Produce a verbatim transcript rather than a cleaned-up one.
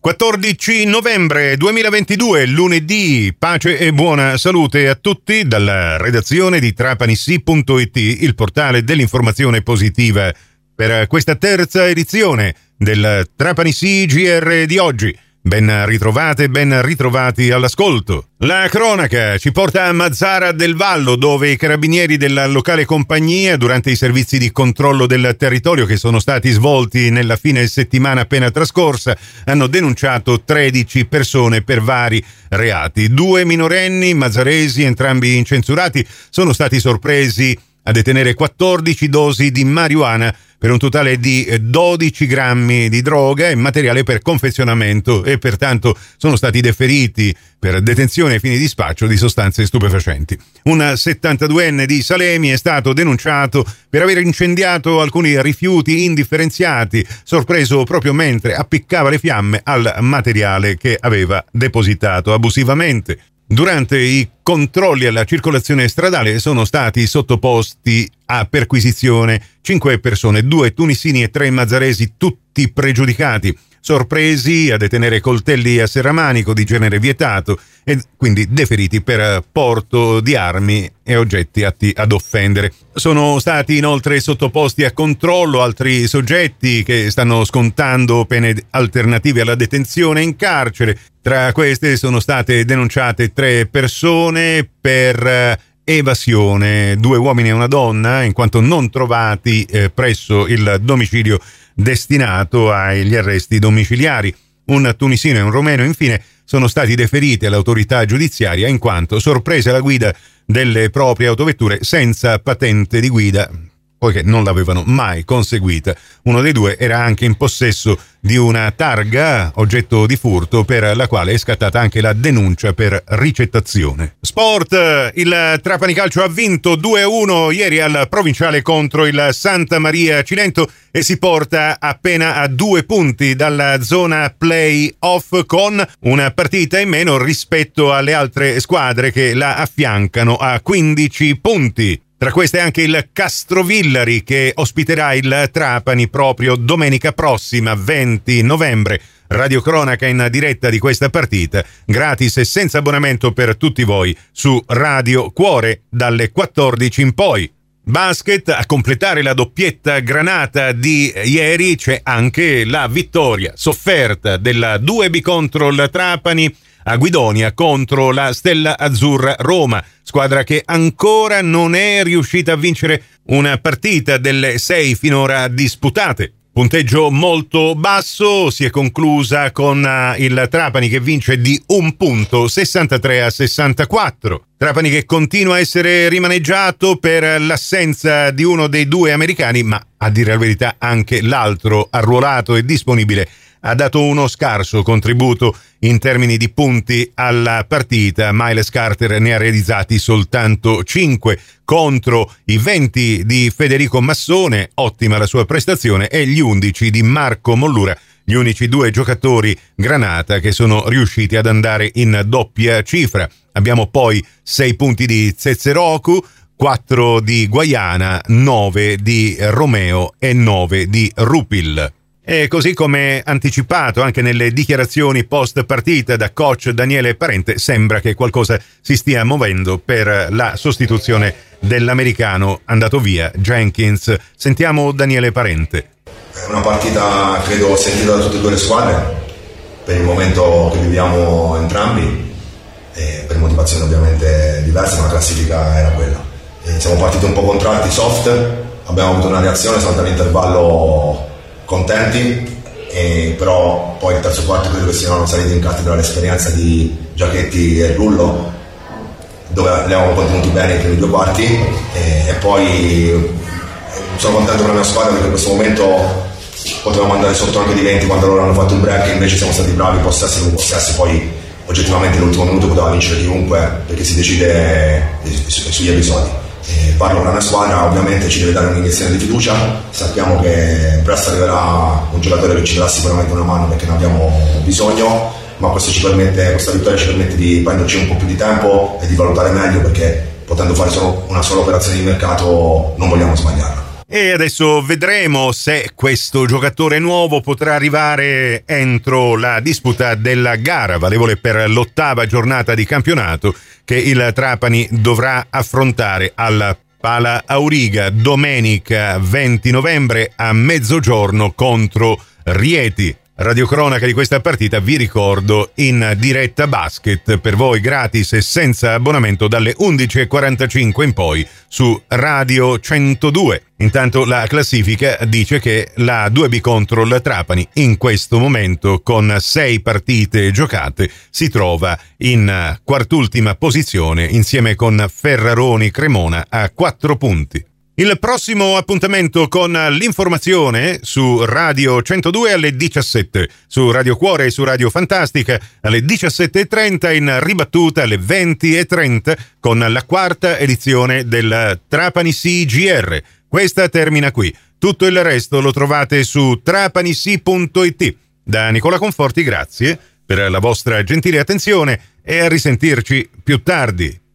quattordici novembre duemilaventidue, lunedì. Pace e buona salute a tutti dalla redazione di Trapanissi punto it, il portale dell'informazione positiva, per questa terza edizione del Trapanissi G R di oggi. Ben ritrovate, ben ritrovati all'ascolto. La cronaca ci porta a Mazara del Vallo, dove i carabinieri della locale compagnia, durante i servizi di controllo del territorio che sono stati svolti nella fine settimana appena trascorsa, hanno denunciato tredici persone per vari reati. Due minorenni mazaresi, entrambi incensurati, sono stati sorpresi a detenere quattordici dosi di marijuana per un totale di dodici grammi di droga e materiale per confezionamento, e pertanto sono stati deferiti per detenzione ai fini di spaccio di sostanze stupefacenti. Un settantaduenne di Salemi è stato denunciato per aver incendiato alcuni rifiuti indifferenziati, sorpreso proprio mentre appiccava le fiamme al materiale che aveva depositato abusivamente. Durante i controlli alla circolazione stradale sono stati sottoposti a perquisizione cinque persone, due tunisini e tre mazaresi, tutti pregiudicati, sorpresi a detenere coltelli a serramanico di genere vietato e quindi deferiti per porto di armi e oggetti atti ad offendere. Sono stati inoltre sottoposti a controllo altri soggetti che stanno scontando pene alternative alla detenzione in carcere. Tra queste sono state denunciate tre persone per evasione, due uomini e una donna, in quanto non trovati eh, presso il domicilio destinato agli arresti domiciliari. Un tunisino e un romeno, infine, sono stati deferiti all'autorità giudiziaria in quanto sorpresi alla guida delle proprie autovetture senza patente di guida, poiché non l'avevano mai conseguita. Uno dei due era anche in possesso di una targa, oggetto di furto, per la quale è scattata anche la denuncia per ricettazione. Sport, il Trapani Calcio ha vinto due a uno ieri al provinciale contro il Santa Maria Cilento e si porta appena a due punti dalla zona play-off, con una partita in meno rispetto alle altre squadre che la affiancano a quindici punti. Tra queste anche il Castrovillari, che ospiterà il Trapani proprio domenica prossima, venti novembre. Radiocronaca in diretta di questa partita, gratis e senza abbonamento per tutti voi, su Radio Cuore dalle quattordici in poi. Basket, a completare la doppietta granata di ieri c'è anche la vittoria sofferta della due B contro il Trapani a Guidonia contro la Stella Azzurra Roma, squadra che ancora non è riuscita a vincere una partita delle sei finora disputate. Punteggio molto basso, si è conclusa con il Trapani che vince di un punto, sessantatré a sessantaquattro. Trapani che continua a essere rimaneggiato per l'assenza di uno dei due americani, ma a dire la verità anche l'altro arruolato e disponibile ha dato uno scarso contributo in termini di punti alla partita. Miles Carter ne ha realizzati soltanto cinque contro i venti di Federico Massone, ottima la sua prestazione, e gli undici di Marco Mollura, gli unici due giocatori granata che sono riusciti ad andare in doppia cifra. Abbiamo poi sei punti di Zezzeroku, quattro di Guaiana, nove di Romeo e nove di Rupil. E così come anticipato anche nelle dichiarazioni post partita da coach Daniele Parente, sembra che qualcosa si stia muovendo per la sostituzione dell'americano andato via Jenkins. Sentiamo Daniele Parente. È una partita credo sentita da tutte e due le squadre per il momento che viviamo entrambi, e per motivazioni ovviamente diverse, ma la classifica era quella. E siamo partiti un po' contratti, soft, abbiamo avuto una reazione, siamo andati all'intervallo contenti, e però poi il terzo quarto credo che siano saliti in cattedra l'esperienza di Giachetti e Rullo, dove li avevamo contenuti bene i primi due quarti, e, e poi sono contento per la mia squadra perché in questo momento potevamo andare sotto anche di venti quando loro hanno fatto il break, invece siamo stati bravi, possessi non possessi, poi oggettivamente l'ultimo minuto poteva vincere chiunque perché si decide sugli episodi. E parlo per una squadra, ovviamente ci deve dare un'iniezione di fiducia, sappiamo che presto arriverà un giocatore che ci darà sicuramente una mano perché ne abbiamo bisogno, ma questo ci permette, questa vittoria ci permette di prenderci un po' più di tempo e di valutare meglio, perché potendo fare solo una sola operazione di mercato non vogliamo sbagliarla. E adesso vedremo se questo giocatore nuovo potrà arrivare entro la disputa della gara valevole per l'ottava giornata di campionato che il Trapani dovrà affrontare al Pala Auriga domenica venti novembre a mezzogiorno contro Rieti. Radiocronaca di questa partita, vi ricordo, in diretta basket per voi gratis e senza abbonamento dalle undici e quarantacinque in poi su Radio centodue. Intanto la classifica dice che la due B contro il Trapani in questo momento con sei partite giocate si trova in quartultima posizione insieme con Ferraroni Cremona a quattro punti. Il prossimo appuntamento con l'informazione su Radio centodue alle diciassette, su Radio Cuore e su Radio Fantastica alle diciassette e trenta, in ribattuta alle venti e trenta con la quarta edizione del Trapani C G R. Questa termina qui. Tutto il resto lo trovate su trapanissi punto it. Da Nicola Conforti grazie per la vostra gentile attenzione e a risentirci più tardi.